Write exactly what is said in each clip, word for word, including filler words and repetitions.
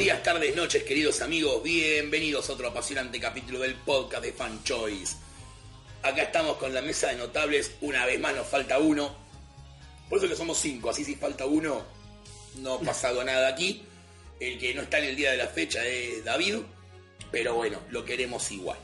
días, tardes, noches, queridos amigos. Bienvenidos a otro apasionante capítulo del podcast de Fan Choice. Acá estamos con la mesa de notables. Una vez más nos falta uno. Por eso que somos cinco. Así si falta uno, no ha pasado nada aquí. El que no está en el día de la fecha es David. Pero bueno, lo queremos igual.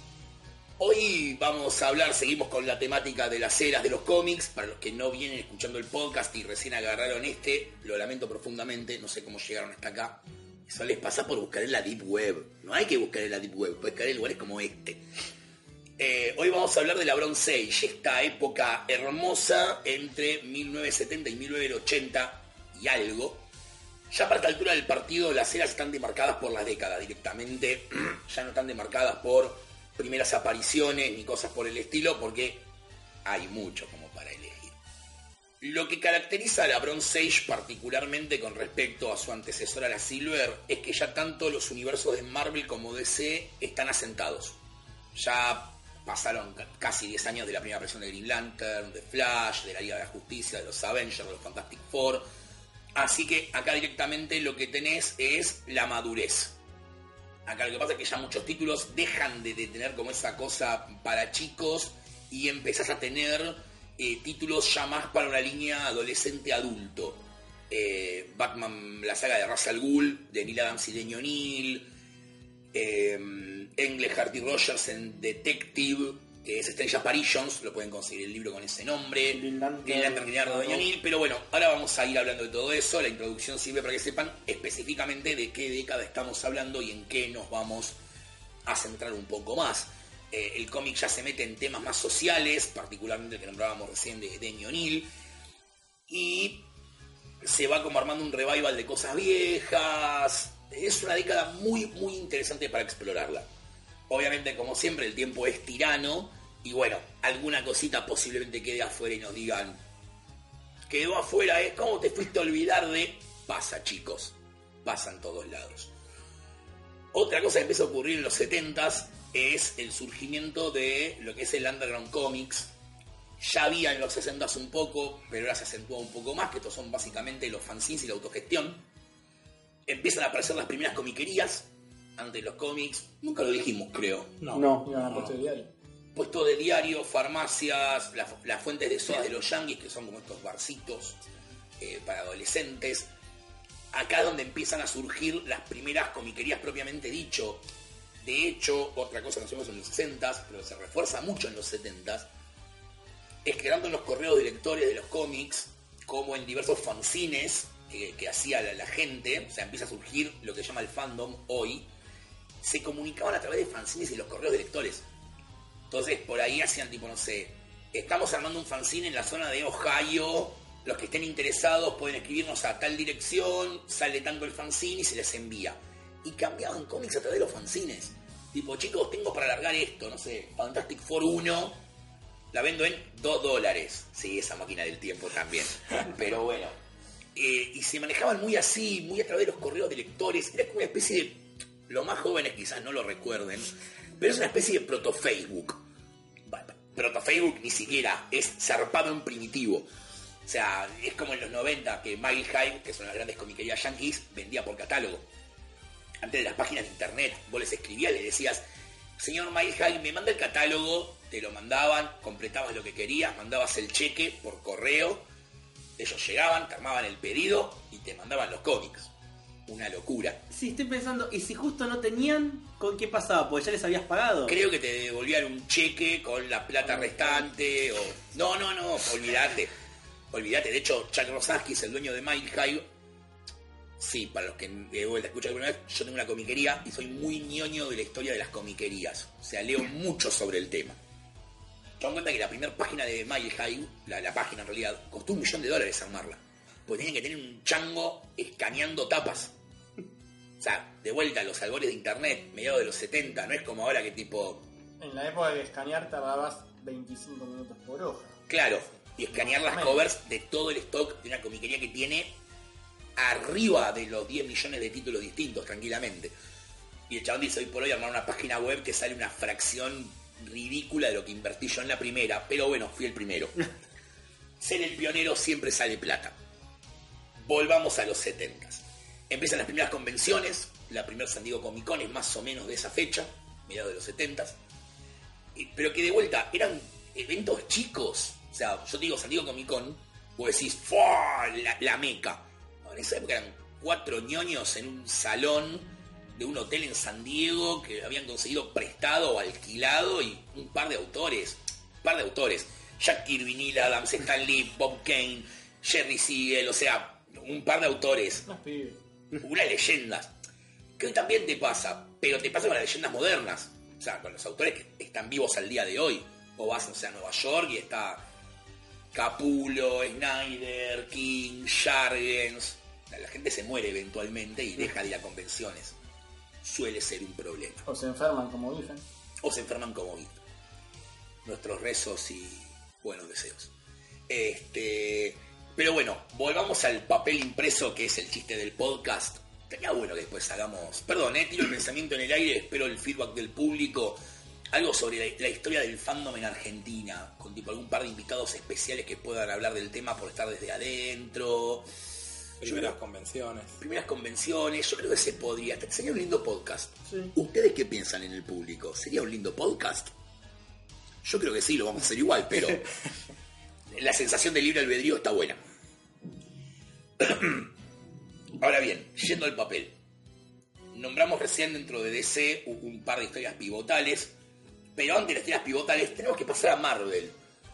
Hoy vamos a hablar, seguimos con la temática de las eras de los cómics. Para los que no vienen escuchando el podcast y recién agarraron este, lo lamento profundamente, no sé cómo llegaron hasta acá. Eso les pasa por buscar en la Deep Web. No hay que buscar en la Deep Web, puedes caer en lugares como este. Eh, hoy vamos a hablar de la Bronze Age, esta época hermosa entre mil novecientos setenta y mil novecientos ochenta y algo. Ya para esta altura del partido las eras están demarcadas por las décadas directamente, ya no están demarcadas por primeras apariciones ni cosas por el estilo, porque hay mucho como para elegir. Lo que caracteriza a la Bronze Age particularmente con respecto a su antecesora la Silver es que ya tanto los universos de Marvel como D C están asentados. Ya pasaron casi diez años de la primera aparición de Green Lantern, de Flash, de la Liga de la Justicia, de los Avengers, de los Fantastic Four. Así que acá directamente lo que tenés es la madurez. Acá lo que pasa es que ya muchos títulos dejan de, de tener como esa cosa para chicos y empezás a tener eh, títulos ya más para una línea adolescente-adulto. Eh, Batman, la saga de Ra's al Ghul, de Neil Adams y Denny O'Neil. Eh, Englehart y Rogers en Detective, que es Strange Apparitions, lo pueden conseguir el libro con ese nombre. Green Lantern, de Denny O'Neil. Pero bueno, ahora vamos a ir hablando de todo eso. La introducción sirve para que sepan específicamente de qué década estamos hablando y en qué nos vamos a centrar un poco más. Eh, el cómic ya se mete en temas más sociales, particularmente el que nombrábamos recién de Denny O'Neil, y se va como armando un revival de cosas viejas. Es una década muy, muy interesante para explorarla. Obviamente, como siempre, el tiempo es tirano. Y bueno, alguna cosita posiblemente quede afuera y nos digan: quedó afuera, ¿eh? ¿Cómo te fuiste a olvidar de...? Pasa, chicos. Pasa en todos lados. Otra cosa que empieza a ocurrir en los setentas es el surgimiento de lo que es el Underground Comics. Ya había en los sesentas un poco, pero ahora se acentúa un poco más, que estos son básicamente los fanzines y la autogestión. Empiezan a aparecer las primeras comiquerías. Antes los cómics, nunca lo dijimos, creo. No, no, iban a puesto de diario. Puestos de diario, farmacias, las, las fuentes de sodas de los yankees, que son como estos barcitos eh, para adolescentes. Acá es donde empiezan a surgir las primeras comiquerías propiamente dicho. De hecho, otra cosa que hacemos en los sesentas, pero se refuerza mucho en los setentas, es que tanto en los correos de lectores de los cómics, como en diversos fanzines que, que hacía la, la gente, o sea, empieza a surgir lo que se llama el fandom hoy, se comunicaban a través de fanzines y los correos de lectores. Entonces por ahí hacían tipo, no sé, estamos armando un fanzine en la zona de Ohio, los que estén interesados pueden escribirnos a tal dirección, sale tanto el fanzine y se les envía. Y cambiaban cómics a través de los fanzines. Tipo, chicos, tengo para alargar esto, no sé, Fantastic Four uno, la vendo en dos dólares. Sí, esa máquina del tiempo también. Pero bueno. Eh, y se manejaban muy así, muy a través de los correos de lectores. Era como una especie de... Los más jóvenes quizás no lo recuerden, pero es una especie de proto-Facebook. Proto-Facebook ni siquiera, es zarpado en primitivo. O sea, es como en los noventa que Mile High, que son las grandes comiquerías yankees, vendía por catálogo. Antes de las páginas de internet, vos les escribías, les decías: señor Mile High, me manda el catálogo, te lo mandaban, completabas lo que querías, mandabas el cheque por correo, ellos llegaban, te armaban el pedido y te mandaban los cómics. Una locura. Sí, estoy pensando, ¿y si justo no tenían, con qué pasaba? Porque ya les habías pagado. Creo que te devolvían un cheque con la plata restante o... No, no, no, olvídate. Olvídate, de hecho, Chuck Rosansky es el dueño de Mile High. Sí, para los que de vuelta escuchan alguna vez, yo tengo una comiquería y soy muy ñoño de la historia de las comiquerías. O sea, leo mucho sobre el tema. Te das cuenta que la primera página de Mile High, la, la página en realidad, costó un millón de dólares armarla. Porque tenían que tener un chango escaneando tapas. O sea, de vuelta a los albores de internet, mediados de los setenta, no es como ahora que tipo... En la época de escanear tardabas veinticinco minutos por hoja. Claro, y escanear las covers de todo el stock de una comiquería que tiene arriba de los diez millones de títulos distintos, tranquilamente. Y el chabón dice: hoy por hoy armar una página web que sale una fracción ridícula de lo que invertí yo en la primera, pero bueno, fui el primero. Ser el pionero siempre sale plata. Volvamos a los setentas. Empiezan las primeras convenciones. La primera San Diego Comic Con es más o menos de esa fecha, mediados de los setentas. Pero que de vuelta eran eventos chicos. O sea, yo te digo San Diego Comic Con, vos decís, ¡fua! La, la meca. En esa época eran cuatro ñoños en un salón de un hotel en San Diego que habían conseguido prestado o alquilado, y un par de autores, un par de autores, Jack Kirby, Neil Adams, Stan Lee, Bob Kane, Jerry Siegel, o sea, un par de autores, Unos pibes. unas leyendas, que hoy también te pasa, pero te pasa con las leyendas modernas, o sea, con los autores que están vivos al día de hoy. O vas, o sea, a Nueva York y está Capullo, Snyder, King, Jargens. La gente se muere eventualmente y deja de ir a convenciones. Suele ser un problema. O se enferman como dicen. O se enferman como Vito. Nuestros rezos y buenos deseos. Este, pero bueno, volvamos al papel impreso, que es el chiste del podcast. Estaría bueno que después hagamos... Perdón, eh, tiro el pensamiento en el aire, espero el feedback del público. Algo sobre la, la historia del fandom en Argentina, con tipo algún par de invitados especiales que puedan hablar del tema por estar desde adentro. Primeras convenciones. Primeras convenciones, yo creo que se podría. Sería un lindo podcast. Sí. ¿Ustedes qué piensan en el público? ¿Sería un lindo podcast? Yo creo que sí, lo vamos a hacer igual, pero la sensación de libre albedrío está buena. Ahora bien, yendo al papel. Nombramos recién dentro de D C un, un par de historias pivotales, pero antes de las historias pivotales tenemos que pasar a Marvel,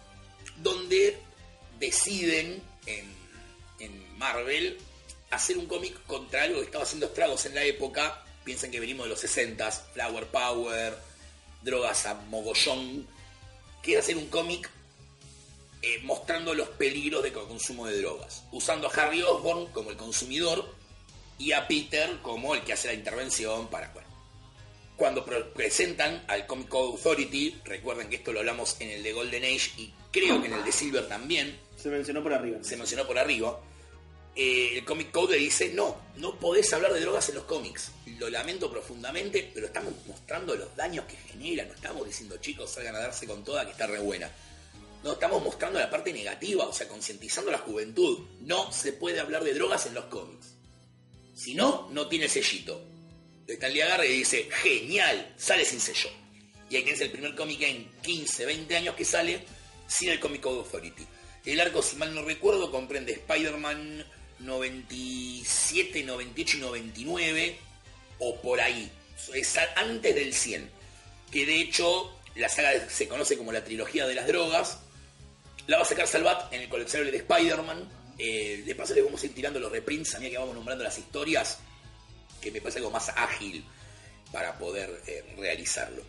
donde deciden en en Marvel hacer un cómic contra algo que estaba haciendo estragos en la época. Piensen que venimos de los sesentas, Flower Power, drogas a mogollón. Quiere hacer un cómic eh, mostrando los peligros del consumo de drogas, usando a Harry Osborn como el consumidor y a Peter como el que hace la intervención para... Bueno, cuando pre- presentan al Comic Code Authority, recuerden que esto lo hablamos en el de Golden Age y creo que en el de Silver también, Se mencionó por arriba. se mencionó por arriba, eh, el Comic Code le dice, no, no podés hablar de drogas en los cómics. Lo lamento profundamente, pero estamos mostrando los daños que genera. No estamos diciendo, chicos, salgan a darse con toda, que está re buena. No, estamos mostrando la parte negativa, o sea, concientizando a la juventud. No se puede hablar de drogas en los cómics. Si no, no tiene sellito. Stan Lee agarra y dice, genial, sale sin sello. Y aquí es el primer cómic en quince, veinte años que sale sin el Comic Code Authority. El arco, si mal no recuerdo, comprende Spider-Man noventa y siete, noventa y ocho y noventa y nueve, o por ahí. Es antes del cien. Que de hecho, la saga se conoce como la trilogía de las drogas. La va a sacar Salvat en el coleccionable de Spider-Man. Eh, de paso le vamos a ir tirando los reprints, a mí que vamos nombrando las historias, que me parece algo más ágil para poder eh, realizarlo.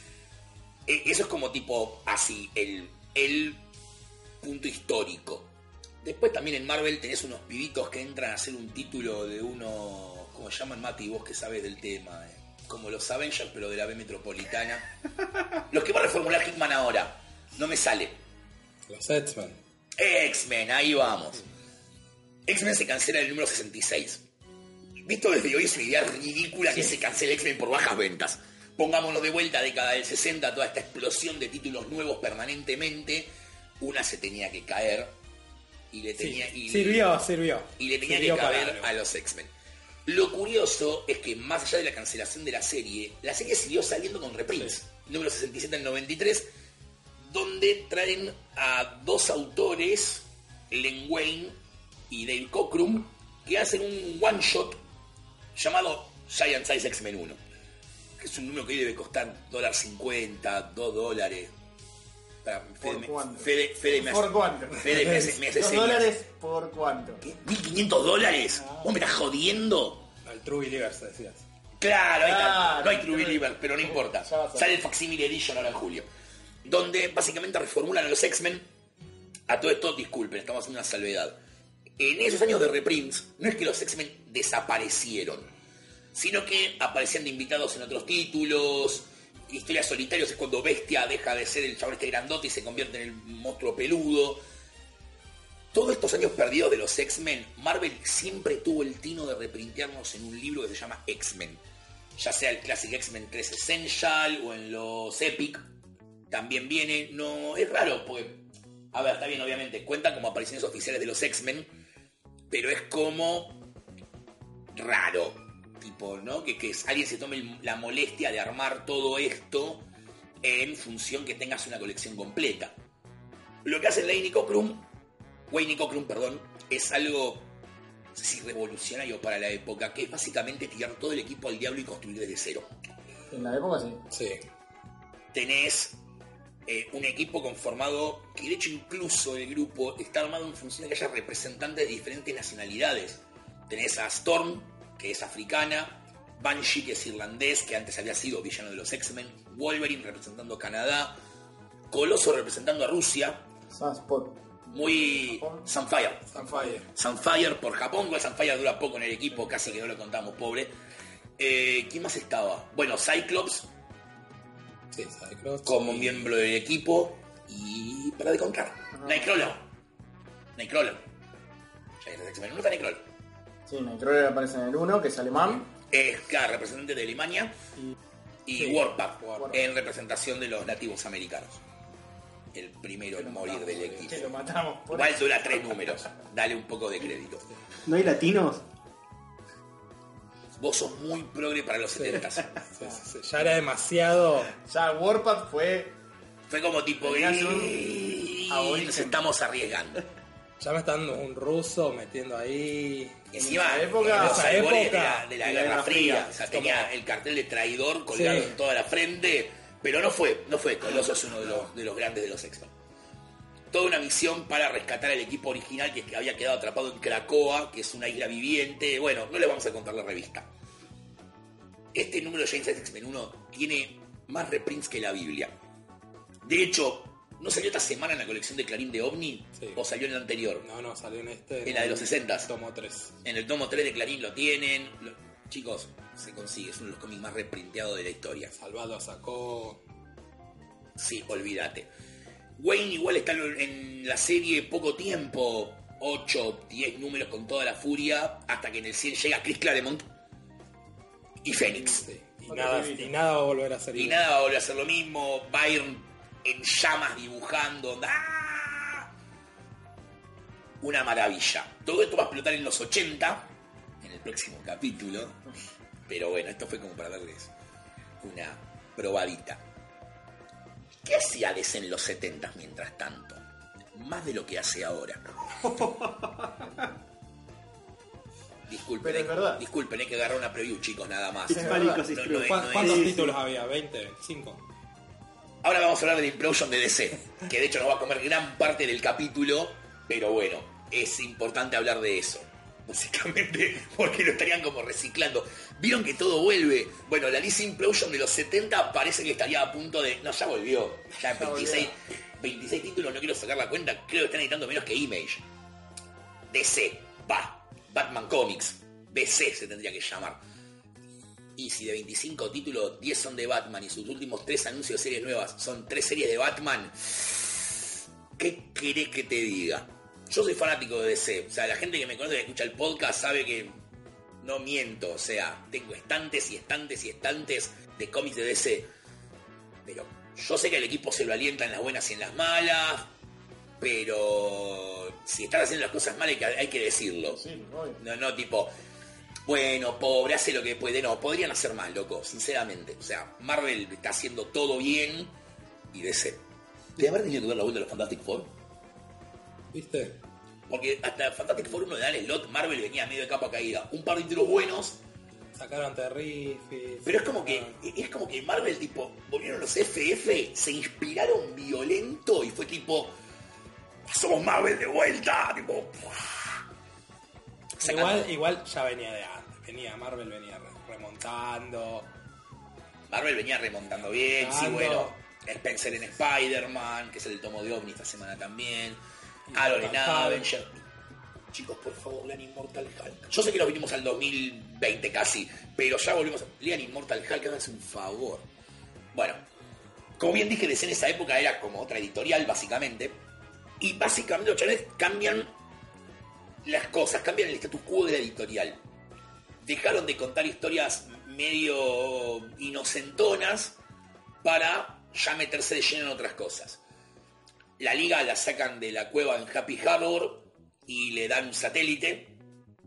Eh, eso es como tipo así, el, el punto histórico. Después también en Marvel tenés unos pibitos que entran a hacer un título de uno, ¿cómo se llaman, Mati? Vos que sabés del tema, eh. Como los Avengers, pero de la B Metropolitana. Los que va a reformular Hickman ahora. No me sale. Los X-Men. X-Men, ahí vamos. X-Men se cancela en el número sesenta y seis. Visto desde hoy es una idea ridícula que se cancele X-Men por bajas ventas. Pongámonos de vuelta a década del sesenta, toda esta explosión de títulos nuevos permanentemente. Una se tenía que caer y le tenía... Sí, y, sirvió, sirvió. y le tenía Sirvió que para caber algo. a los X-Men. Lo curioso es que más allá de la cancelación de la serie, la serie siguió saliendo con reprints. Sí. Número sesenta y siete al noventa y tres, donde traen a dos autores, Len Wein y Dave Cockrum, que hacen un one shot llamado Giant Size X-Men uno, que es un número que hoy debe costar un dólar cincuenta, dos dólares. Para, Fede, ¿Por me- cuánto? Fede, Fede me hace, ¿Por cuánto? Fede me hace, me hace ¿Dos señas. dólares por cuánto? ¿Qué? ¿mil quinientos dólares? ¿Vos me estás jodiendo? Al True Believers decías. Claro, ahí está. Claro. No hay True Believer, pero no importa. Ya va a ser. Sale el Facsimile Edition ahora en julio. Donde básicamente reformulan a los X-Men. A todo esto, disculpen, estamos haciendo una salvedad. En esos años de reprints, no es que los X-Men desaparecieron, sino que aparecían de invitados en otros títulos. Historias solitarios es cuando Bestia deja de ser el chabón este grandote y se convierte en el monstruo peludo. Todos estos años perdidos de los X-Men, Marvel siempre tuvo el tino de reprintearnos en un libro que se llama X-Men. Ya sea el Classic X-Men tres Essential o en los Epic. También viene, no, es raro porque, a ver, está bien, obviamente, cuentan como apariciones oficiales de los X-Men, pero es como raro. Tipo, ¿no? Que, que alguien se tome el- la molestia de armar todo esto en función que tengas una colección completa. Lo que hace Wayne Cockrum, Wayne Cockrum, perdón, es algo, no sé si revolucionario para la época, que es básicamente tirar todo el equipo al diablo y construir desde cero. En la época sí. Sí. Tenés eh, un equipo conformado, que de hecho incluso el grupo está armado en función de que haya representantes de diferentes nacionalidades. Tenés a Storm, que es africana, Banshee, que es irlandés, que antes había sido villano de los X-Men, Wolverine representando a Canadá, Coloso representando a Rusia, Sunspot. muy... Japón. Sunfire. Sunfire. Sunfire por Japón, igual Sunfire dura poco en el equipo, casi que no lo contamos, pobre. Eh, ¿Quién más estaba? Bueno, Cyclops Sí, Cyclops. como y- miembro del equipo y para de contar. Ah. Nightcrawler. Nightcrawler. Ya en los X-Men uno está Nightcrawler. Sí, Nightcrawler aparece en el uno, que es alemán. Es claro, representante de Alemania y Sí, Warpath Warpath. en representación de los nativos americanos. El primero en morir del Que lo equipo. matamos por Igual dura tres números. Dale un poco de crédito. ¿No hay latinos? Vos sos muy progre para los setentas. Sí, sí, sí. Ya era demasiado. Ya Warpath fue... Fue como tipo, Tenía que ser un "Ey, aborigen". nos estamos arriesgando. Ya me están un ruso metiendo ahí. Y encima, esa época- en los esa albores de época, la, de la de la Guerra Guerra Fría, Fría. o sea, Como- tenía el cartel de traidor colgado Sí. en toda la frente, pero no fue, no fue, Coloso es uno de los, de los grandes de los X-Men. Toda una misión para rescatar al equipo original que, que había quedado atrapado en Krakoa, que es una isla viviente. Bueno, no le vamos a contar la revista. Este número de James X-Men uno tiene más reprints que la Biblia. De hecho, ¿no salió esta semana en la colección de Clarín de OVNI? Sí. ¿O salió en la anterior? No, no, salió en este. En la de los sesentas. Tomo tres. En el tomo tres de Clarín lo tienen. Lo- chicos, se consigue. Es uno de los cómics más reprinteados de la historia. Salvado sacó. Sí, olvídate. Wayne igual está en la serie poco tiempo. ocho, diez números con toda la furia. Hasta que en el cien llega Chris Claremont y Fénix. Sí. Y, Otro nada, pibito. y nada va a volver a ser Y igual. nada va a volver a ser lo mismo. Byrne en llamas dibujando. ¡Ah! Una maravilla. Todo esto va a explotar en los ochenta. En el próximo capítulo. Pero bueno, esto fue como para darles una probadita. ¿Qué hacía D C en los setenta mientras tanto? Más de lo que hace ahora. Disculpen, Pero es eh, verdad. disculpen, hay que agarrar una preview, chicos, nada más. Hispánicos y No, no, Screw. no, ¿Cuán- no, ¿Cuántos sí, títulos había? ¿veinte? ¿veinticinco? Ahora vamos a hablar de la Implosion de D C, que de hecho nos va a comer gran parte del capítulo, pero bueno, es importante hablar de eso. Básicamente porque lo estarían como reciclando. ¿Vieron que todo vuelve? Bueno, la D C Implosion de los setenta parece que estaría a punto de... No, ya volvió. Ya en Ya veintiséis, veintiséis títulos, no quiero sacar la cuenta, creo que están editando menos que Image. D C, va. Batman Comics, B C se tendría que llamar. Y si de veinticinco títulos, diez son de Batman y sus últimos tres anuncios de series nuevas son tres series de Batman, ¿qué querés que te diga? Yo soy fanático de D C, o sea, la gente que me conoce, que escucha el podcast, sabe que no miento, o sea, tengo estantes y estantes y estantes de cómics de D C. Pero yo sé que el equipo se lo alienta en las buenas y en las malas, pero si están haciendo las cosas mal hay que, hay que decirlo. Sí, obvio. No, no, tipo, bueno, pobre, hace lo que puede. No, podrían hacer más, loco, sinceramente. O sea, Marvel está haciendo todo bien y D C. ¿De haber tenido que ver la vuelta de los Fantastic Four? ¿Viste? Porque hasta Fantastic Four uno de Dan Slott, Marvel venía medio de capa caída. Un par de títulos buenos, Sacaron Terrific. pero es como que sacaron- es como que Marvel, tipo, volvieron los F F, se inspiraron violento y fue tipo, somos Marvel de vuelta, tipo... sacando- Igual, igual ya venía de antes. Venía, Marvel venía re- remontando. Marvel venía remontando bien, sí, Remontando. bueno. Spencer en Spider-Man, que es el tomo de OVNI esta semana también. Y Aaron en Mortal Hulk. Avenger. Chicos, por favor, lean Immortal Hulk. Yo sé que nos vinimos al dos mil veinte casi, pero ya volvimos a... Lean Immortal Hulk, háganse un favor. Bueno, como bien dije, D C en esa época era como otra editorial, básicamente. Y básicamente los chavales cambian las cosas, cambian el status quo de la editorial. Dejaron de contar historias medio inocentonas para ya meterse de lleno en otras cosas. La liga la sacan de la cueva en Happy Harbor y le dan un satélite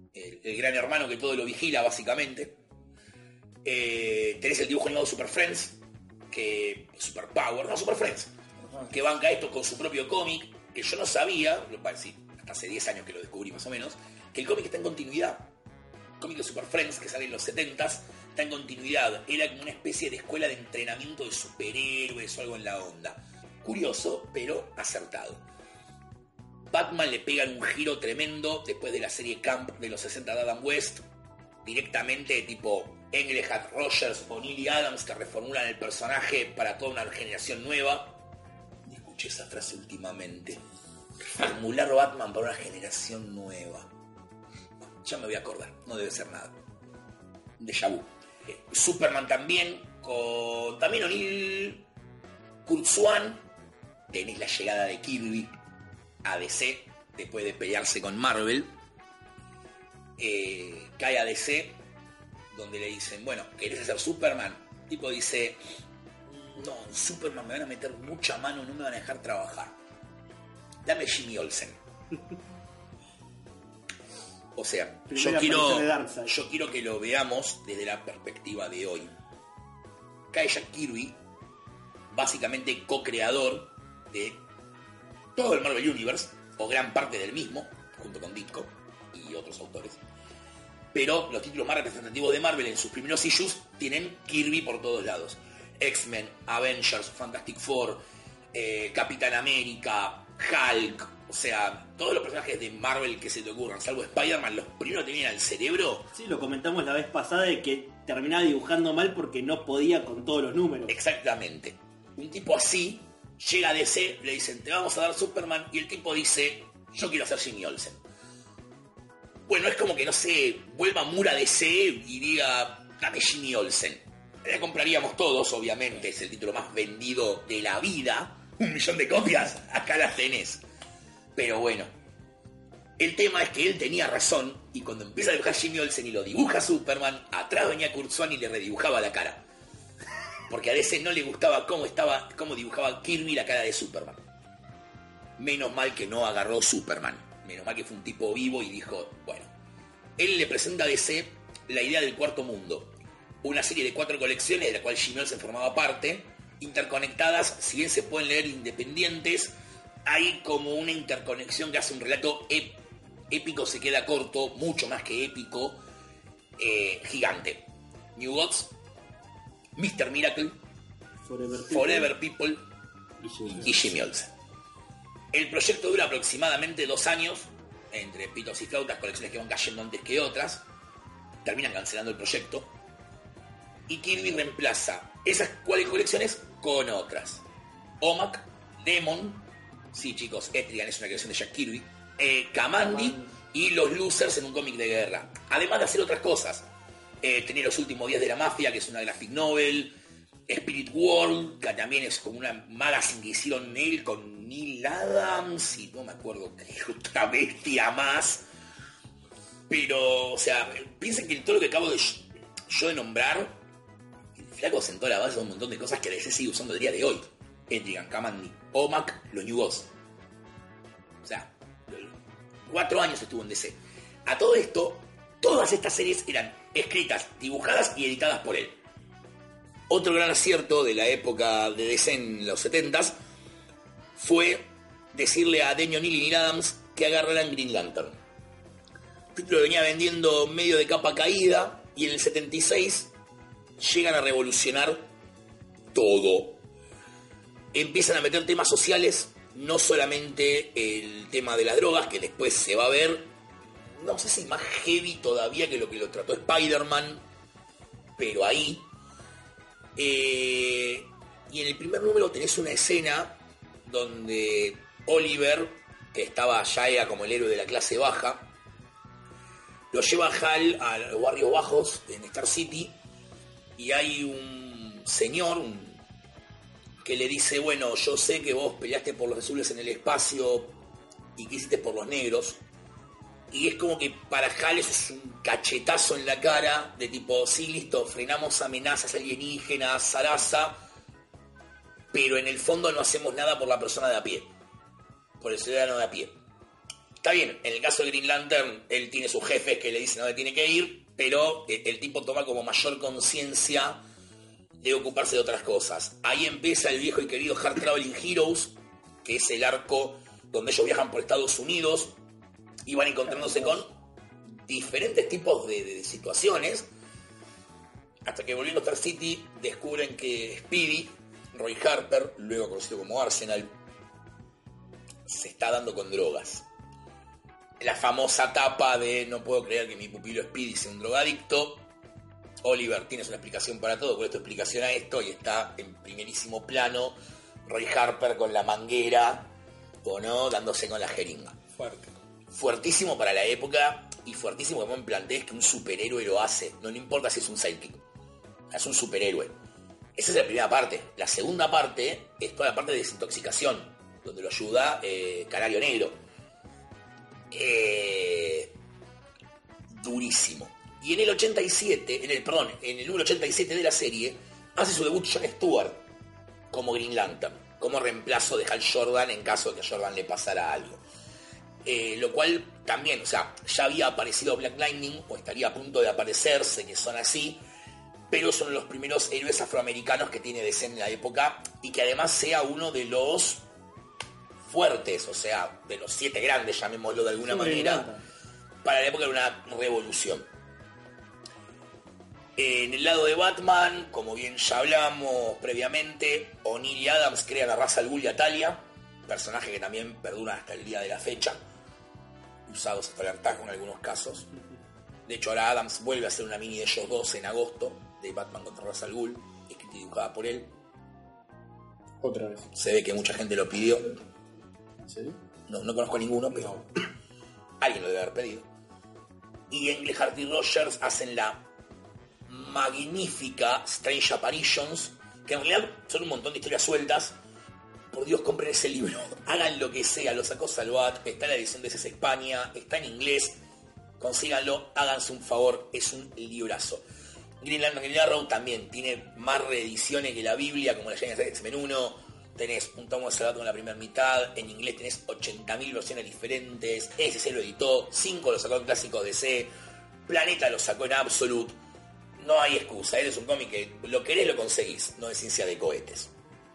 el, el gran hermano que todo lo vigila, básicamente. Eh, tenés el dibujo animado de Super Friends, que Super Power, no Super Friends, que banca esto con su propio cómic, que yo no sabía, bueno, sí, hasta hace diez años que lo descubrí más o menos, que el cómic está en continuidad. El cómic de Super Friends, que sale en los setentas, está en continuidad. Era como una especie de escuela de entrenamiento de superhéroes o algo en la onda. Curioso, pero acertado. Batman le pegan un giro tremendo después de la serie Camp de los sesenta de Adam West. Directamente tipo Engelhardt, Rogers o Neil Adams, que reformulan el personaje para toda una generación nueva. Escuché esa frase últimamente. Formular Batman para una generación nueva. Ya me voy a acordar, no debe ser nada. Déjà vu. Eh, Superman también, con también O'Neill, Kurt Swan. Tenés la llegada de Kirby a D C después de pelearse con Marvel. Eh, cae a D C, donde le dicen, bueno, ¿querés hacer Superman? El tipo dice, no, en Superman me van a meter mucha mano, no me van a dejar trabajar. Dame Jimmy Olsen. O sea, yo quiero, yo quiero que lo veamos desde la perspectiva de hoy. Cae Jack Kirby, básicamente co-creador de todo el Marvel Universe, o gran parte del mismo, junto con Ditko y otros autores. Pero los títulos más representativos de Marvel en sus primeros issues tienen Kirby por todos lados. X-Men, Avengers, Fantastic Four, eh, Capitán América, Hulk, o sea, todos los personajes de Marvel que se te ocurran, salvo Spider-Man, los primeros que vienen al cerebro. Sí, lo comentamos la vez pasada de que terminaba dibujando mal porque no podía con todos los números. Exactamente. Un tipo así llega a D C, le dicen, te vamos a dar Superman, y el tipo dice, yo quiero hacer Jimmy Olsen. Bueno, es como que, no sé, vuelva Moore a D C y diga, dame Jimmy Olsen. La compraríamos todos, obviamente, es el título más vendido de la vida. Un millón de copias, acá las tenés. Pero bueno, el tema es que él tenía razón, y cuando empieza a dibujar Jimmy Olsen y lo dibuja Superman, atrás venía Kurt Swan y le redibujaba la cara. Porque a D C no le gustaba cómo estaba, cómo dibujaba Kirby la cara de Superman. Menos mal que no agarró Superman. Menos mal que fue un tipo vivo y dijo, bueno. Él le presenta a D C la idea del Cuarto Mundo. Una serie de cuatro colecciones de la cual Jimmy Olsen formaba parte, interconectadas, si bien se pueden leer independientes, hay como una interconexión que hace un relato ép- épico, se queda corto, mucho más que épico, eh, gigante. New Gods, mister Miracle, Forever People, Forever People y Jimmy. y Jimmy Olsen. El proyecto dura aproximadamente dos años, entre pitos y flautas, colecciones que van cayendo antes que otras, terminan cancelando el proyecto, y Kirby reemplaza esas cuales colecciones con otras. O M A C, Demon, sí chicos, Etrigan es una creación de Jack Kirby, eh, Kamandi y Los Losers en un cómic de guerra. Además de hacer otras cosas. Eh, tenía Los Últimos Días de la Mafia, que es una graphic novel, Spirit World, que también es como una magazine que hicieron él con Neil Adams y no me acuerdo qué otra bestia más. Pero, o sea, piensen que todo lo que acabo de yo de nombrar, el flaco sentó la base de un montón de cosas que D C sigue usando el día de hoy. Etrigan, Kamandi, O M A C, los New Gods. O sea, cuatro años estuvo en D C. A todo esto, todas estas series eran escritas, dibujadas y editadas por él. Otro gran acierto de la época de D C en los setentas fue decirle a Denny O'Neil y Neil Adams que agarraran Green Lantern. El título venía vendiendo medio de capa caída y en el setenta y seis llegan a revolucionar todo. Empiezan a meter temas sociales, no solamente el tema de las drogas, que después se va a ver, no sé si más heavy todavía que lo que lo trató Spider-Man, pero ahí. Eh, y en el primer número tenés una escena donde Oliver, que estaba ya era como el héroe de la clase baja, lo lleva a Hal a los barrios bajos en Star City y hay un señor un, que le dice, bueno, yo sé que vos peleaste por los azules en el espacio y que hiciste por los negros. Y es como que para Hal eso es un cachetazo en la cara de tipo, sí, listo, frenamos amenazas alienígenas, zaraza, pero en el fondo no hacemos nada por la persona de a pie, por el ciudadano de a pie. Está bien, en el caso de Green Lantern, él tiene sus jefes que le dicen a dónde tiene que ir, pero el tipo toma como mayor conciencia de ocuparse de otras cosas. Ahí empieza el viejo y querido Hard Traveling Heroes, que es el arco donde ellos viajan por Estados Unidos y van encontrándose con diferentes tipos de, de situaciones, hasta que volviendo a Star City descubren que Speedy, Roy Harper, luego conocido como Arsenal, se está dando con drogas. La famosa tapa de no puedo creer que mi pupilo Speedy sea un drogadicto. Oliver, tienes una explicación para todo, con esto explicación a esto, y está en primerísimo plano Roy Harper con la manguera, o no, dándose con la jeringa. Fuerte. Fuertísimo para la época, y fuertísimo que me plantees que un superhéroe lo hace. No le importa si es un sidekick, es un superhéroe. Esa es la primera parte. La segunda parte es toda la parte de desintoxicación, donde lo ayuda eh, Canario Negro. Eh, durísimo. Y en el ochenta y siete, en el, perdón, en el número ochenta y siete de la serie, hace su debut John Stewart como Green Lantern, como reemplazo de Hal Jordan en caso de que a Jordan le pasara algo. Eh, lo cual también, o sea, ya había aparecido Black Lightning, o estaría a punto de aparecerse, que son así, pero son los primeros héroes afroamericanos que tiene D C en la época, y que además sea uno de los fuertes, o sea, de los siete grandes, llamémoslo de alguna sí, manera, para la época era una revolución. En el lado de Batman, como bien ya hablamos previamente, O'Neill y Adams crean a Ra's al Ghul y a Talia, personaje que también perdura hasta el día de la fecha, usados hasta el hartazgo en algunos casos. De hecho, ahora Adams vuelve a hacer una mini de ellos dos en agosto, de Batman contra Ra's al Ghul, escrita y dibujada por él. Otra vez. Se ve que mucha gente lo pidió. ¿Sí? No, no conozco a ninguno, pero alguien lo debe haber pedido. Y Englehart y Rogers hacen la magnífica Strange Apparitions, que en realidad son un montón de historias sueltas. Por Dios, compren ese libro, hagan lo que sea, lo sacó Salvat, está en la edición de C S España, está en inglés, consíganlo, háganse un favor, es un librazo. Green Lantern Green Arrow también tiene más reediciones que la Biblia, como la Giants de X-Men uno. Tenés un tomo de Salvat con la primera mitad, en inglés tenés ochenta mil versiones diferentes, ese se lo editó, cinco lo sacó en Clásicos D C, Planeta lo sacó en Absolute. No hay excusa, eres un cómic que lo querés, lo conseguís, no es ciencia de cohetes.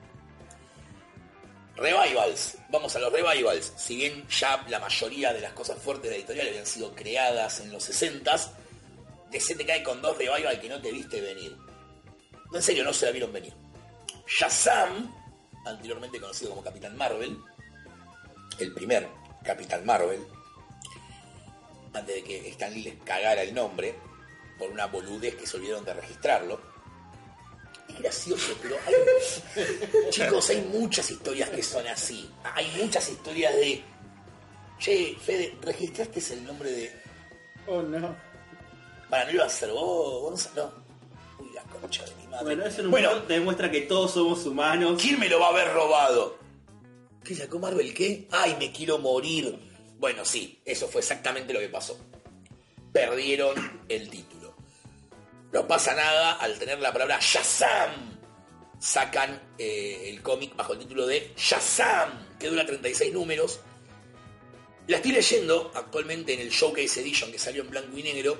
Revivals, vamos a los revivals. Si bien ya la mayoría de las cosas fuertes de la editorial habían sido creadas en los sesentas, D C te cae con dos revivals que no te viste venir. No, en serio, no se la vieron venir. Shazam, anteriormente conocido como Capitán Marvel, el primer Capitán Marvel, antes de que Stan Lee les cagara el nombre por una boludez que se olvidaron de registrarlo. Es gracioso, pero hay... chicos, hay muchas historias que son así. Hay muchas historias de... Che, Fede, ¿registraste el nombre de...? Oh, no. Para, no iba a ser vos, Gonzalo. Uy, la concha de mi madre. Bueno, eso en un bueno, momento te demuestra que todos somos humanos. ¿Quién me lo va a haber robado? ¿Qué sacó Marvel? ¿Qué? ¡Ay, me quiero morir! Bueno, sí, eso fue exactamente lo que pasó. Perdieron el título. No pasa nada, al tener la palabra Shazam, sacan eh, el cómic bajo el título de Shazam, que dura treinta y seis números. La estoy leyendo actualmente en el Showcase Edition, que salió en blanco y negro.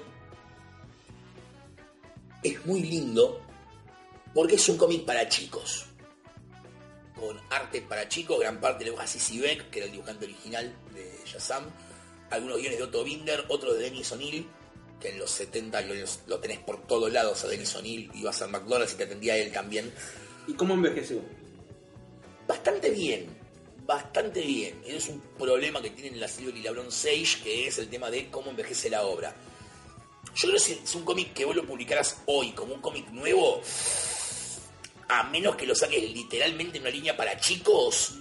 Es muy lindo, porque es un cómic para chicos. Con arte para chicos, gran parte de dibuja Sissy Beck, que era el dibujante original de Shazam. Algunos guiones de Otto Binder, otros de Dennis O'Neill, que en los setenta lo, lo tenés por todos lados a Dennis O'Neill, ibas a McDonald's y te atendía él también. ¿Y cómo envejeció? Bastante bien, bastante bien. Eso es un problema que tienen la Silver y la Bronze Age, que es el tema de cómo envejece la obra. Yo creo que si es un cómic que vos lo publicaras hoy como un cómic nuevo, a menos que lo saques literalmente en una línea para chicos,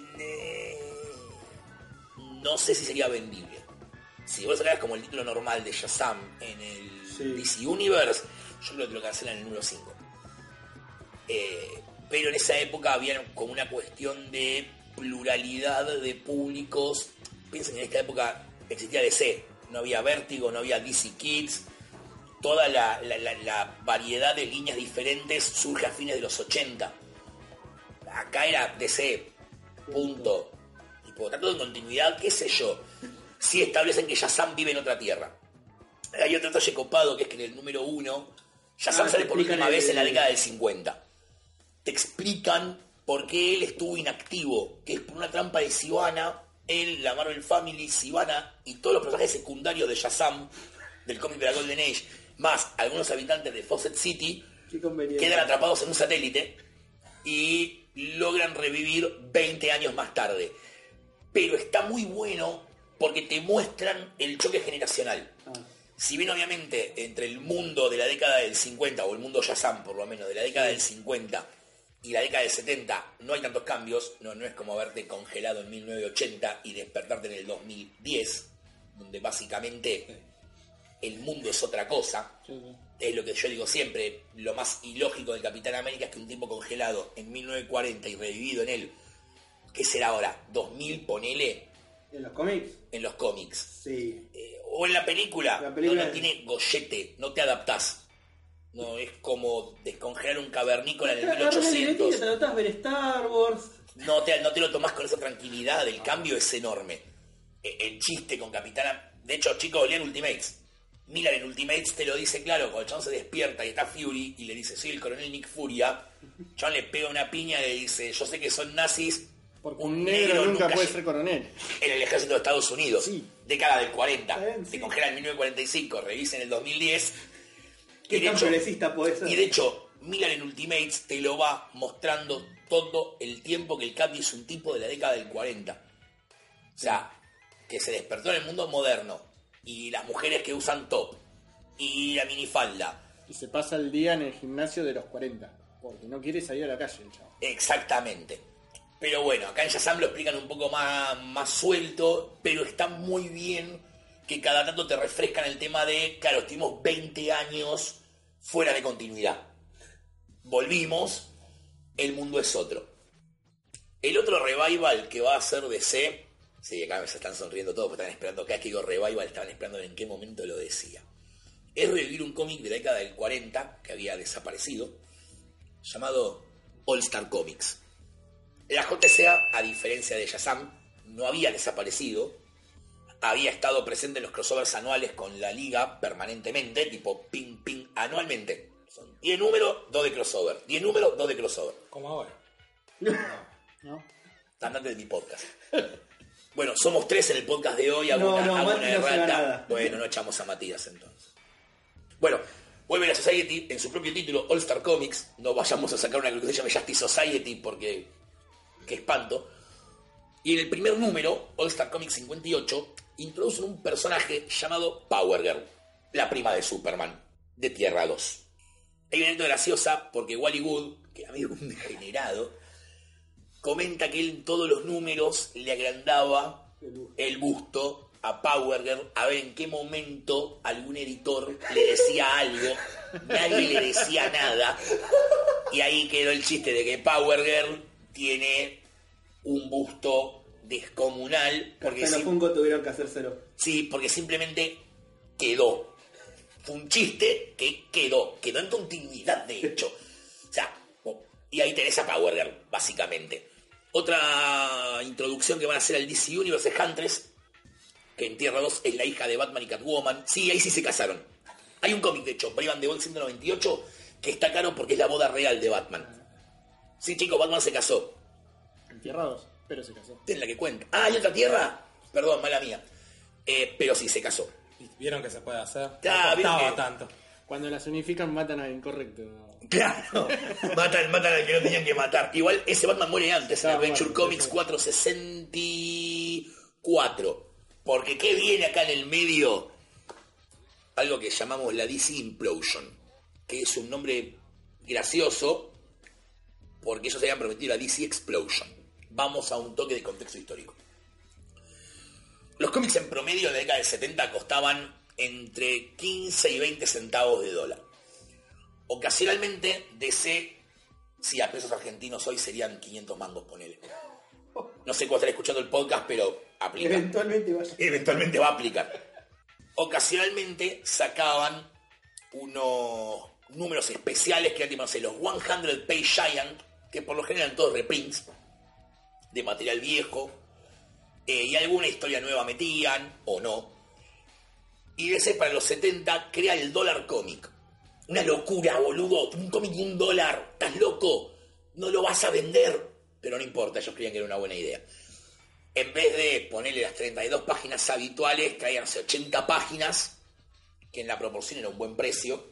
no sé si sería vendible. Si vos sacaras como el título normal de Shazam en el sí. D C Universe, yo creo que te lo cancelan en el número cinco. Eh, pero en esa época había como una cuestión de pluralidad de públicos. Piensen que en esta época existía D C, no había Vértigo, no había D C Kids. Toda la, la, la, la variedad de líneas diferentes surge a fines de los ochenta. Acá era D C, punto. Y por tanto, en continuidad, qué sé yo. sí establecen que Shazam vive en otra tierra. Hay otro detalle copado que es que en el número uno, Shazam Ah, sale te por explican última el- vez en la década del cincuenta. Te explican por qué él estuvo inactivo, que es por una trampa de Sivana, él, la Marvel Family, Sivana y todos los personajes secundarios de Shazam, del cómic de la Golden Age, más algunos habitantes de Fawcett City, Qué conveniente. quedan atrapados en un satélite y logran revivir veinte años más tarde. Pero está muy bueno porque te muestran el choque generacional. Ah. Si bien obviamente entre el mundo de la década del cincuenta, o el mundo Shazam por lo menos, de la década del cincuenta y la década del setenta no hay tantos cambios, no, no es como verte congelado en mil novecientos ochenta y despertarte en el dos mil diez, donde básicamente el mundo es otra cosa. Sí, sí. Es lo que yo digo siempre, lo más ilógico del Capitán América es que un tipo congelado en mil novecientos cuarenta y revivido en él, ¿qué será ahora? dos mil, ponele, ¿En los cómics? en los cómics. Sí. Eh, o en la película, La película no, no es- tiene gollete, no te adaptás. No, es como descongelar un cavernícola en el mil Agarrás la libretita, ochocientos. te anotás ver Star Wars. No te, no te lo tomás con esa tranquilidad, el cambio es enorme. Eh, El chiste con Capitana... De hecho, chicos, lean Ultimates. Miller en Ultimates te lo dice claro, cuando el chabón se despierta y está Fury y le dice, soy el coronel Nick Furia, el chabón le pega una piña y le dice, yo sé que son nazis, Porque un negro, nunca puede lle- ser coronel. en el ejército de Estados Unidos, Sí. década del cuarenta, Está bien, se sí. congela en mil novecientos cuarenta y cinco, revisa en el dos mil diez, ¿Qué y de tan hecho- progresista puede ser? y de hecho, Miller en Ultimates te lo va mostrando todo el tiempo que el Capi es un tipo de la década del cuarenta. O sea, que se despertó en el mundo moderno. Y las mujeres que usan top. Y la minifalda. Y se pasa el día en el gimnasio de los cuarenta. Porque no quiere salir a la calle el chavo. Exactamente. Pero bueno, acá en Shazam lo explican un poco más, más suelto. Pero está muy bien que cada tanto te refrescan el tema de, claro, estuvimos veinte años fuera de continuidad. Volvimos, el mundo es otro. El otro revival que va a hacer D C, sí, acá se están sonriendo todos porque están esperando, cada vez que digo revival estaban esperando en qué momento lo decía. Es revivir un cómic de la década del cuarenta que había desaparecido, llamado All Star Comics. La J C A, a diferencia de Shazam, no había desaparecido, había estado presente en los crossovers anuales con la liga permanentemente, tipo ping ping anualmente. Son diez números, dos de crossover. diez números, dos de crossover. Como ahora. ¿No? Andante de mi podcast. Bueno, somos tres en el podcast de hoy. Hago No, una, no, hago Mati una no se errata. da nada. Bueno, no echamos a Matías entonces. Bueno, vuelve la Society en su propio título, All Star Comics. No vayamos a sacar una que se llame Justice Society porque... qué espanto. Y en el primer número, All Star Comics cincuenta y ocho, introducen un personaje llamado Power Girl, la prima de Superman, de Tierra dos. Hay una anécdota graciosa porque Wally Wood, que a mí es un degenerado, comenta que él en todos los números le agrandaba el busto a Power Girl a ver en qué momento algún editor le decía algo, nadie le decía nada, y ahí quedó el chiste de que Power Girl tiene un busto descomunal porque Hasta los sim- Funko tuvieron que hacer cero. sí, porque simplemente quedó. Fue un chiste que quedó, quedó en continuidad de hecho. O sea, oh, y ahí tenés a Power Girl, básicamente. Otra introducción que van a hacer al D C Universe es Huntress, que en Tierra dos es la hija de Batman y Catwoman. Sí, ahí sí se casaron. Hay un cómic, de hecho, Brave and the Bold ciento noventa y ocho, que está caro porque es la boda real de Batman. Sí, chicos, Batman se casó. Entierrados, pero se casó. En la que cuenta. Ah, ¿hay otra tierra? Perdón, mala mía. Eh, pero sí, se casó. ¿Vieron que se puede hacer? Ah, no ¿vieron costaba que- tanto. Cuando las unifican matan al incorrecto. Claro, matan, matan al que no tenían que matar. Igual ese Batman muere antes en Ah, Adventure muerto, Comics sí, sí. cuatrocientos sesenta y cuatro. Porque ¿qué viene acá en el medio? Algo que llamamos la D C Implosion, que es un nombre gracioso porque ellos habían prometido la D C Explosion. Vamos a un toque de contexto histórico. Los cómics en promedio en la década del setenta costaban entre quince y veinte centavos de dólar. Ocasionalmente, D C, si a pesos argentinos hoy serían quinientos mangos, ponele. No sé cuál estará escuchando el podcast, pero aplica. Eventualmente vaya. Eventualmente va a aplicar. Ocasionalmente sacaban unos números especiales que eran tipo, no sé, los cien Page Giant, que por lo general eran todos reprints de material viejo. eh, y alguna historia nueva metían, o no. Y D C para los setenta crea el Dollar Comic. Una locura, boludo. Un cómic de un dólar. ¿Estás loco? No lo vas a vender. Pero no importa, ellos creían que era una buena idea. En vez de ponerle las treinta y dos páginas habituales, traíanse ochenta páginas, que en la proporción era un buen precio,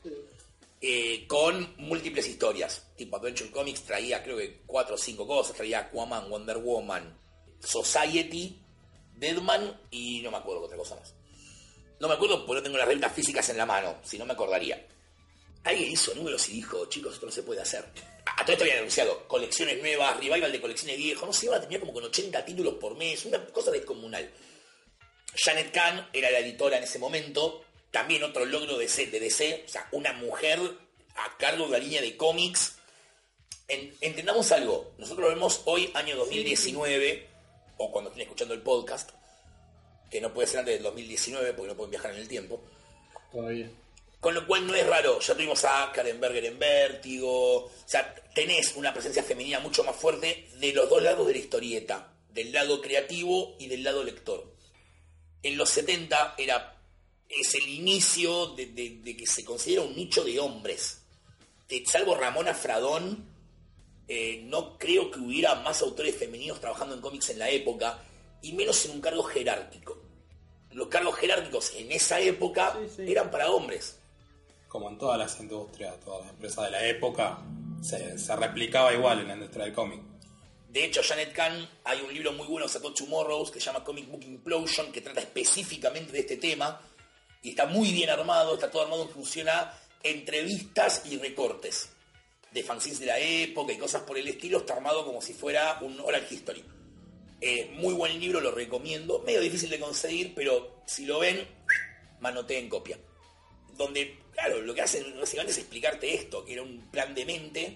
eh, con múltiples historias. Tipo Adventure Comics traía creo que cuatro o cinco cosas. Traía Aquaman, Wonder Woman, Society, Deadman y no me acuerdo qué otra cosa más. No me acuerdo porque no tengo las revistas físicas en la mano, si no me acordaría. Alguien hizo números y dijo, chicos, esto no se puede hacer. A todo esto habían anunciado colecciones nuevas, revival de colecciones viejas, no sé, iba a tener como con ochenta títulos por mes, una cosa descomunal. Janet Kahn era la editora en ese momento, también otro logro de D C, o sea, una mujer a cargo de la línea de cómics. En, entendamos algo, nosotros lo vemos hoy, año dos mil diecinueve, o cuando estén escuchando el podcast, que no puede ser antes del dos mil diecinueve porque no pueden viajar en el tiempo. Todavía. Con lo cual no es raro, ya tuvimos a Karen Berger en Vértigo, o sea, tenés una presencia femenina mucho más fuerte de los dos lados de la historieta, del lado creativo y del lado lector. En los setenta era, es el inicio de, de, de que se considera un nicho de hombres. De, salvo Ramona Fradón, eh, no creo que hubiera más autores femeninos trabajando en cómics en la época, y menos en un cargo jerárquico. Los cargos jerárquicos en esa época sí, sí. eran para hombres. Como en todas las industrias, todas las empresas de la época, se, se replicaba igual en la industria del cómic. De hecho, Janet Kahn, hay un libro muy bueno que sacó Tomorrows que se llama Comic Book Implosion, que trata específicamente de este tema, y está muy bien armado, está todo armado en función a entrevistas y recortes de fanzines de la época y cosas por el estilo. Está armado como si fuera un oral history. Eh, muy buen libro, lo recomiendo. Medio difícil de conseguir, pero si lo ven, manoteen copia. Donde, claro, lo que hacen básicamente es explicarte esto, que era un plan de mente,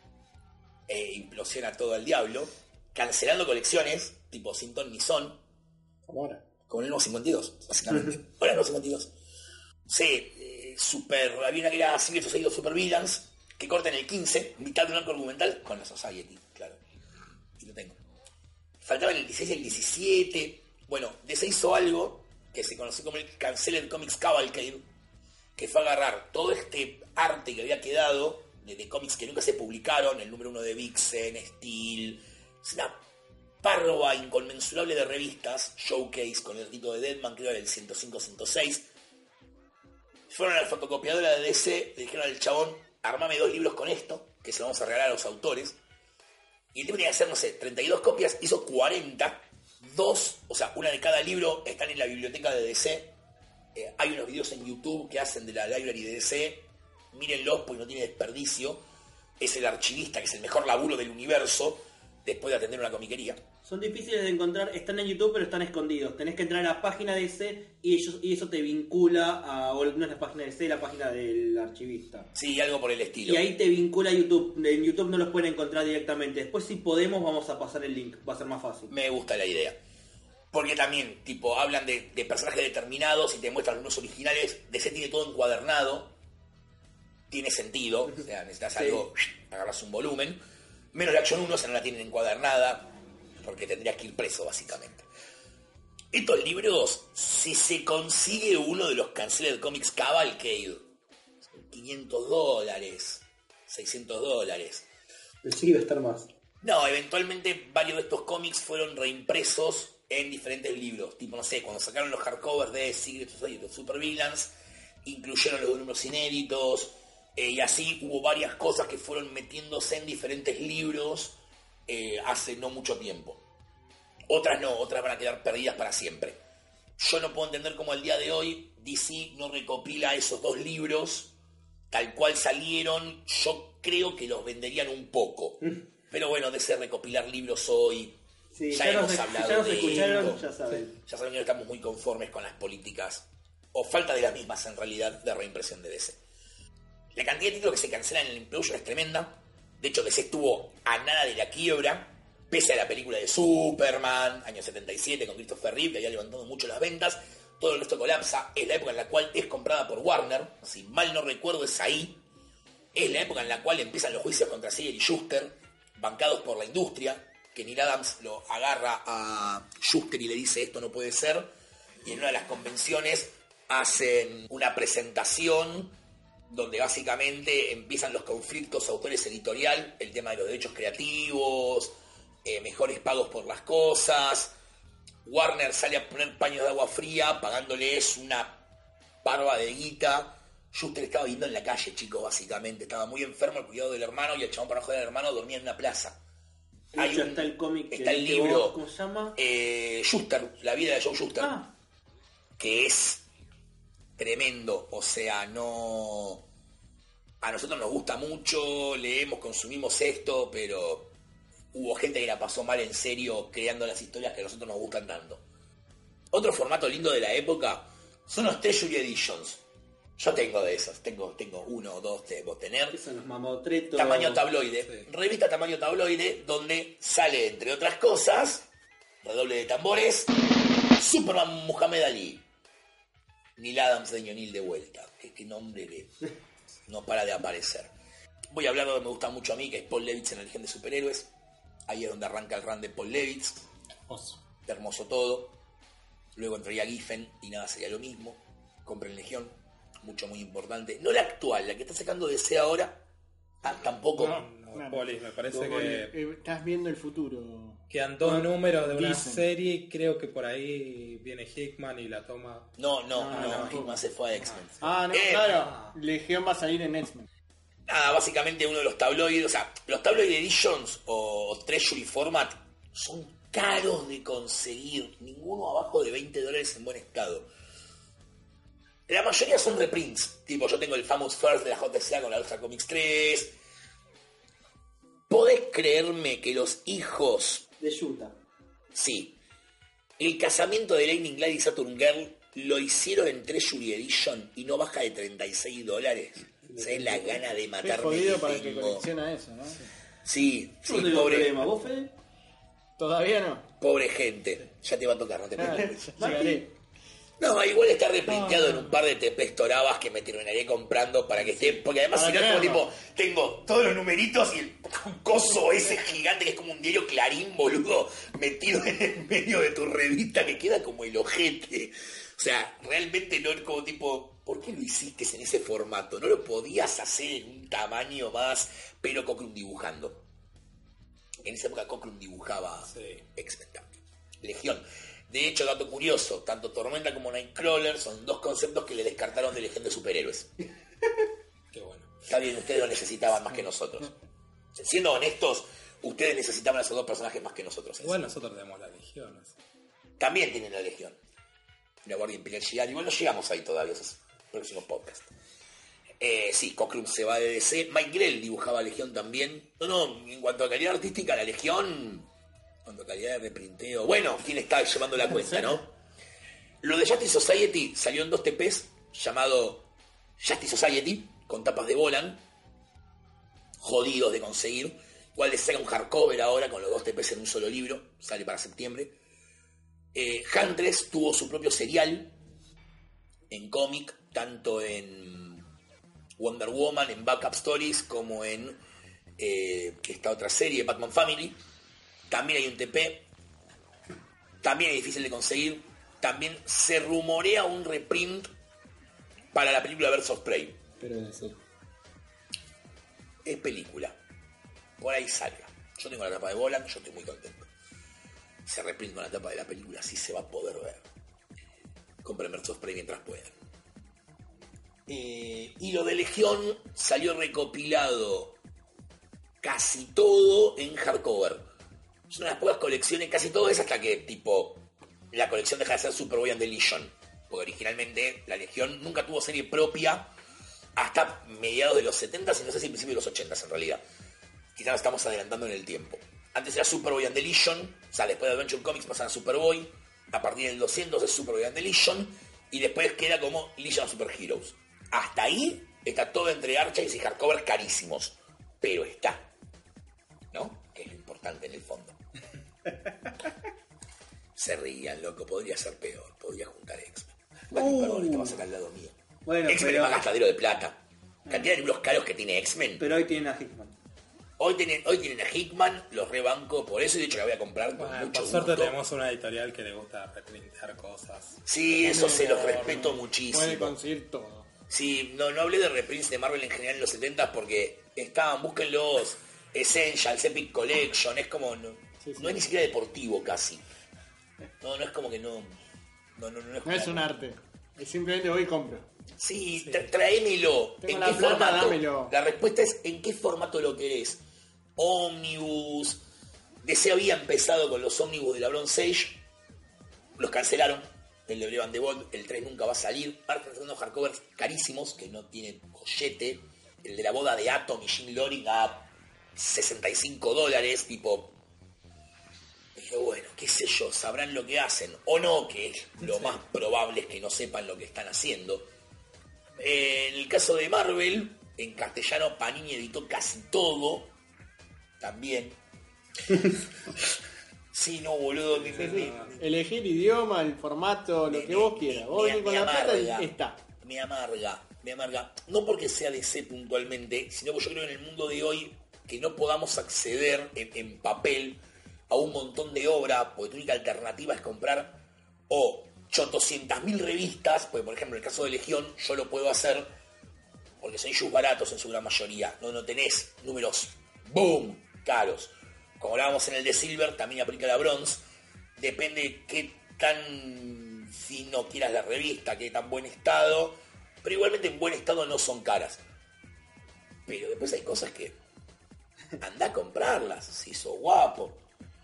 eh, implosiona todo al diablo, cancelando colecciones, tipo Sin Ton ni Son. Como ahora. Como en el nuevo cincuenta y dos, básicamente. Ahora el nuevo cincuenta y dos. Sí, eh, super, había una que era Secret Society of Super Villains, que corta en el quince, mitad de un arco argumental, con la Society, claro. Y lo tengo. Faltaban el dieciséis y el diecisiete. Bueno, D C hizo algo que se conoció como el Canceled Comics Cavalcade, que fue agarrar todo este arte que había quedado de, de cómics que nunca se publicaron, el número uno de Vixen, Steel, es una parva inconmensurable de revistas, Showcase con el rito de Deadman, creo era el ciento cinco ciento seis. Fueron a la fotocopiadora de D C, le dijeron al chabón, armame dos libros con esto, que se lo vamos a regalar a los autores. Y el tipo tenía que hacer, no sé, treinta y dos copias, hizo cuarenta, dos, o sea, una de cada libro están en la biblioteca de D C. Eh, hay unos videos en YouTube que hacen de la library de D C, mírenlos porque no tiene desperdicio. Es el archivista, que es el mejor laburo del universo, después de atender una comiquería. Son difíciles de encontrar, están en YouTube pero están escondidos. Tenés que entrar a la página de D C y, ellos, y eso te vincula a, o no es la página de D C, es la página del archivista. Sí, algo por el estilo. Y ahí te vincula a YouTube. En YouTube no los pueden encontrar directamente. Después si podemos vamos a pasar el link, va a ser más fácil. Me gusta la idea. Porque también, tipo, hablan de, de personajes determinados y te muestran algunos originales. D C tiene todo encuadernado. Tiene sentido. O sea, necesitas sí. algo, agarras un volumen. Menos la Action uno, se no la tienen encuadernada. Porque tendrías que ir preso, básicamente. Estos libros, si se consigue uno de los Canceled Comics Cavalcade, quinientos dólares, seiscientos dólares. Pensé que iba a estar más. No, eventualmente varios de estos cómics fueron reimpresos en diferentes libros. Tipo, no sé, cuando sacaron los hardcovers de Secret Society of Super Villains, incluyeron los números inéditos, eh, y así hubo varias cosas que fueron metiéndose en diferentes libros eh, hace no mucho tiempo. Otras no, otras van a quedar perdidas para siempre. Yo no puedo entender cómo al día de hoy D C no recopila esos dos libros tal cual salieron. Yo creo que los venderían un poco. Pero bueno, de ese recopilar libros hoy, sí, ya, ya hemos nos, hablado ya nos de escucharon, esto. ya saben. Ya saben que no estamos muy conformes con las políticas, o falta de las mismas en realidad, de reimpresión de D C. La cantidad de títulos que se cancelan en el Implosion es tremenda. De hecho, D C estuvo a nada de la quiebra, pese a la película de Superman, año setenta y siete, con Christopher Reeve, que había levantado mucho las ventas. Todo el resto colapsa. Es la época en la cual es comprada por Warner. Si mal no recuerdo, es ahí. Es la época en la cual empiezan los juicios contra Siegel y Shuster, bancados por la industria. que Neil Adams lo agarra a Shuster y le dice esto no puede ser, y en una de las convenciones hacen una presentación donde básicamente empiezan los conflictos autores editorial, el tema de los derechos creativos, eh, mejores pagos por las cosas. Warner sale a poner paños de agua fría pagándoles una parva de guita. Shuster estaba viviendo en la calle, chicos, básicamente. Estaba muy enfermo, el cuidado del hermano, y el chabón para joder al hermano dormía en una plaza. De hecho, está el cómic, está el que libro, vos, ¿cómo se llama? Eh, Shuster, la vida de Joe Shuster, Ah. que es tremendo. O sea, no... A nosotros nos gusta mucho, leemos, consumimos esto, pero hubo gente que la pasó mal en serio creando las historias que a nosotros nos gustan tanto. Otro formato lindo de la época son los Treasury Editions. Yo tengo de esos, tengo, tengo uno o dos, debo tener. ¿Qué son los mamotretos? Tamaño tabloide, Sí. revista tamaño tabloide, donde sale, entre otras cosas, redoble de tambores, Superman Muhammad Ali, Neil Adams de O'Neill de vuelta. Qué, qué nombre que no para de aparecer. Voy a hablar de lo que me gusta mucho a mí, que es Paul Levitz en la Legión de Superhéroes. Ahí es donde arranca el run de Paul Levitz. Hermoso. Hermoso todo. Luego entraría Giffen y nada sería lo mismo. Compren Legión, mucho muy importante. No la actual, la que está sacando D C ahora. Ah, tampoco. No, no, Claro. Poli, me parece Como que eh, estás viendo el futuro. quedan dos números de una Dicen. serie y creo que por ahí viene Hickman y la toma. No, no, Ah, no, no. Hickman se fue a X-Men. Ah, no, Eh, claro. Legión va a salir en X-Men. Nada, básicamente uno de los tabloides, o sea, los tabloid editions o treasury format son caros de conseguir, ninguno abajo de veinte dólares en buen estado. La mayoría son reprints, tipo yo tengo el Famous First de la J C A con la Ultra Comics tres. ¿Podés creerme que los hijos, De Utah. sí, el casamiento de Lightning Glad y Saturn Girl lo hicieron en Treasury Edition y no baja de treinta y seis dólares? ¿Sabes la gana de Qué matarme jodido que para el que tengo? colecciona eso, ¿no? Sí, Yo sí, no tengo pobre, problema. ¿Vos, Fede? Todavía no. pobre gente. Ya te va a tocar, no te Ah, preocupes. ya llegaré. No, igual está reprinteado en un par de T Pes torabas que me terminaré comprando para que esté. Porque además, Para si no, como tenerlo. tipo, tengo todos los numeritos y el coso ese gigante que es como un diario Clarín, boludo, metido en el medio de tu revista que queda como el ojete. O sea, realmente no es como tipo, ¿por qué lo hiciste en ese formato? No lo podías hacer en un tamaño más, pero Cockrum dibujando. En esa época Cockrum dibujaba Sí. X-Men también. Legión. De hecho, dato curioso, tanto Tormenta como Nightcrawler son dos conceptos que le descartaron de Legión de Superhéroes. Qué bueno. Está bien, ustedes lo necesitaban más que nosotros. Siendo honestos, ustedes necesitaban a esos dos personajes más que nosotros. Igual nosotros tenemos la Legión. así. También tienen la Legión. La Guardia Imperial Gigal. Igual no llegamos ahí todavía, esos próximos podcasts. Eh, sí, Cockrum se va de D C. Mike Grell dibujaba Legión también. No, no, en cuanto a calidad artística, la Legión... En cuanto a calidad de reprinteo... Bueno, ¿quién está llevando la cuenta, no? Lo de Justice Society salió en dos T Pes llamado Justice Society, con tapas de Bolan, jodidos de conseguir. Igual les saca un hardcover ahora con los dos T Pes en un solo libro, sale para septiembre. Eh, Huntress tuvo su propio serial en cómic, tanto en Wonder Woman, en Backup Stories, como en eh, esta otra serie, Batman Family. También hay un T P, también es difícil de conseguir. También se rumorea un reprint para la película Birds of Prey. Pero de ser. Es película, por ahí salga. Yo tengo la tapa de Bolan, yo estoy muy contento. Se reprint con la tapa de la película, así se va a poder ver. Compren Birds of Prey mientras puedan. Eh, y lo de Legión salió recopilado casi todo en hardcover. Es una de las pocas colecciones, casi todo es hasta que tipo la colección deja de ser Superboy and the Legion, porque originalmente la Legión nunca tuvo serie propia hasta mediados de los setenta y no sé si principios de los ochenta en realidad. Quizás nos estamos adelantando en el tiempo. Antes era Superboy and the Legion, o sea, después de Adventure Comics pasan a Superboy, a partir del doscientos es Superboy and the Legion, y después queda como Legion of Superheroes. Hasta ahí está todo entre archives y hardcovers carísimos, pero está, ¿no? Que es lo importante en el fondo. Se rían, loco, podría ser peor, podría juntar X-Men. Bueno, Uh. perdón, estabas acá al lado mío. Bueno, X-Men pero- es más gastadero de plata. Cantidad de libros caros que tiene X-Men. Pero hoy tienen a Hickman. Hoy tienen, hoy tienen a Hickman, los rebanco por eso y de hecho la voy a comprar con Bueno, mucho por suerte gusto. tenemos una editorial que le gusta reprintear cosas. Sí, eso se los Mejor, respeto ¿no? muchísimo. Puede conseguir todo. Sí, no, no hablé de reprints de Marvel en general en los setenta porque estaban, búsquenlos, Essentials, Epic Collection, es como, no, Sí, sí. no es ni siquiera deportivo casi. No, no es como que no... No, no, no es, No es como- un arte. Es simplemente voy y compro. Sí, tra- tráemelo. Tengo ¿En la qué plata, formato? dámelo. La respuesta es ¿en qué formato lo querés? Omnibus. D C había empezado con los ómnibus de la Bronze Age. Los cancelaron. El de Brave and the Bold, el tres nunca va a salir. Ahora están haciendo hardcovers carísimos que no tienen collete. El de la boda de Atom y Jim Loring a sesenta y cinco dólares. Tipo... Pero bueno, qué sé yo, sabrán lo que hacen. O no, que lo más probable es que no sepan lo que están haciendo. En el caso de Marvel, en castellano Panini editó casi todo. También. Sí, no, boludo. Me, me- me- Elegir idioma, el formato, lo me- que me- vos quieras. Vos me- venís con me la plata y amarga. está. Me amarga, me amarga. No porque sea D C puntualmente, sino porque yo creo en el mundo de hoy que no podamos acceder en, en papel a un montón de obra, porque tu única alternativa es comprar o ochocientas mil revistas, porque por ejemplo en el caso de Legión yo lo puedo hacer porque son issues baratos en su gran mayoría, no, no tenés números boom, caros. Como hablábamos en el de Silver, también aplica la Bronze, depende qué tan fino quieras la revista, qué tan buen estado, pero igualmente en buen estado no son caras. Pero después hay cosas que anda a comprarlas, si sos guapo.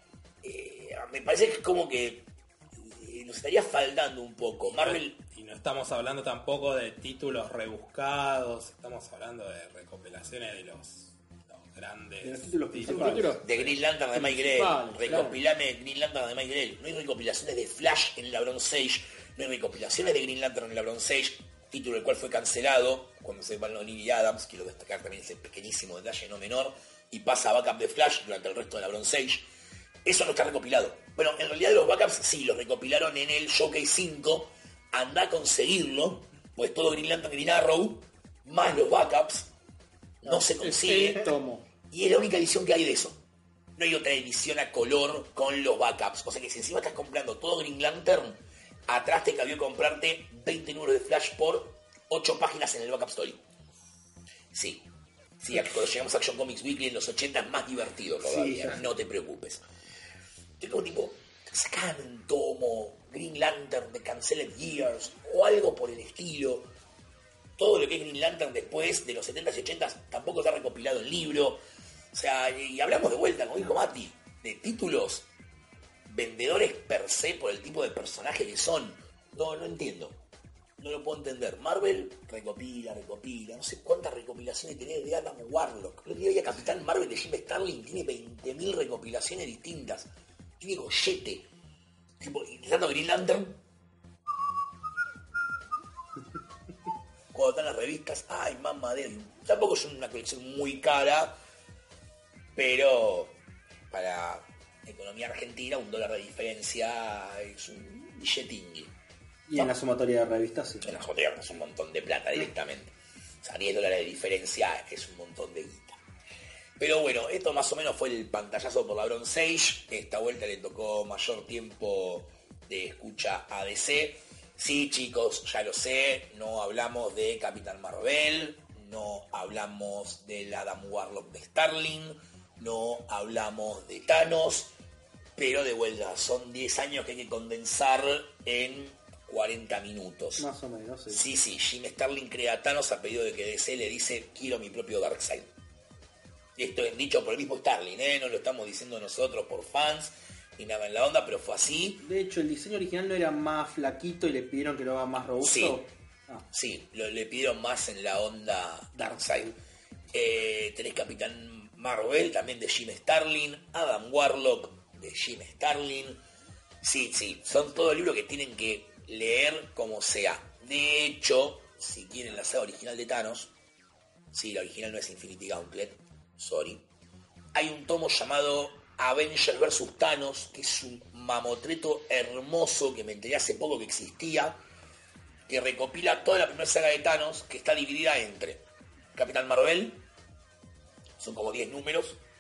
Eh, me parece que es como que eh, nos estaría faltando un poco. Marvel, Y no estamos hablando tampoco de títulos rebuscados, estamos hablando de recopilaciones de los, los grandes De los títulos títulos. principales. Títulos. de Green Lantern de Mike Grell, Principales, recopilame Green Lantern de Mike Grell. No hay recopilaciones de Flash en la Bronze Age, no hay recopilaciones de Green Lantern en la Bronze Age, título el cual fue cancelado cuando se van los Neil Adams, quiero destacar también ese pequeñísimo detalle no menor, y pasa a backup de Flash durante el resto de la Bronze Age. Eso no está recopilado. Bueno, en realidad los backups sí, los recopilaron en el Showcase cinco. Anda a conseguirlo, pues todo Green Lantern, Green Arrow, más los backups, no se Es consigue. el tomo. Y es la única edición que hay de eso. No hay otra edición a color con los backups. O sea que si encima estás comprando todo Green Lantern, atrás te cabió comprarte veinte números de Flash por ocho páginas en el backup story. Sí. Sí, cuando llegamos a Action Comics Weekly en los ochenta es más divertido todavía. Sí. No te preocupes. Estoy como tipo, sacan un tomo, Green Lantern de Canceled Years, o algo por el estilo. Todo lo que es Green Lantern después de los setentas y ochentas tampoco está recopilado en libro. O sea, y hablamos de vuelta, como dijo Mati, de títulos vendedores per se por el tipo de personaje que son. No, no entiendo. No lo puedo entender. Marvel recopila, recopila. No sé cuántas recopilaciones tenés de Adam Warlock. El otro día había Capitán Marvel de Jim Starlin. Tiene veinte mil recopilaciones distintas. Tiene gollete. Tipo, y tanto Green Lantern. Cuando están las revistas, ay, mamá de él. Tampoco es una colección muy cara, pero para economía argentina un dólar de diferencia es un billetingui. Y en la sumatoria de revistas, sí. En las botellas es un montón de plata directamente. O sea, diez dólares de diferencia es un montón de guita. Pero bueno, esto más o menos fue el pantallazo por la Bronze Age. Esta vuelta le tocó mayor tiempo de escucha a D C. Sí, chicos, ya lo sé, no hablamos de Capitán Marvel, no hablamos del Adam Warlock de Starling, no hablamos de Thanos, pero de vuelta, son diez años que hay que condensar en cuarenta minutos. Más o menos, sí. Sí, sí, Jim Starlin crea a Thanos a pedido de que D C le dice quiero mi propio Darkseid. Esto es dicho por el mismo Starlin, ¿eh? No lo estamos diciendo nosotros por fans ni nada en la onda, pero fue así. De hecho, el diseño original no era más flaquito y le pidieron que lo haga más robusto. Sí. Ah, Sí, lo, le pidieron más en la onda Darkseid. Eh, tenés Capitán Marvel, también de Jim Starlin, Adam Warlock de Jim Starlin. Sí, sí, son todos libros que tienen que leer como sea. De hecho, si quieren la saga original de Thanos, sí, la original no es Infinity Gauntlet, sorry. Hay un tomo llamado Avengers versus Thanos, que es un mamotreto hermoso que me enteré hace poco que existía, que recopila toda la primera saga de Thanos, que está dividida entre Capitán Marvel, son como diez números,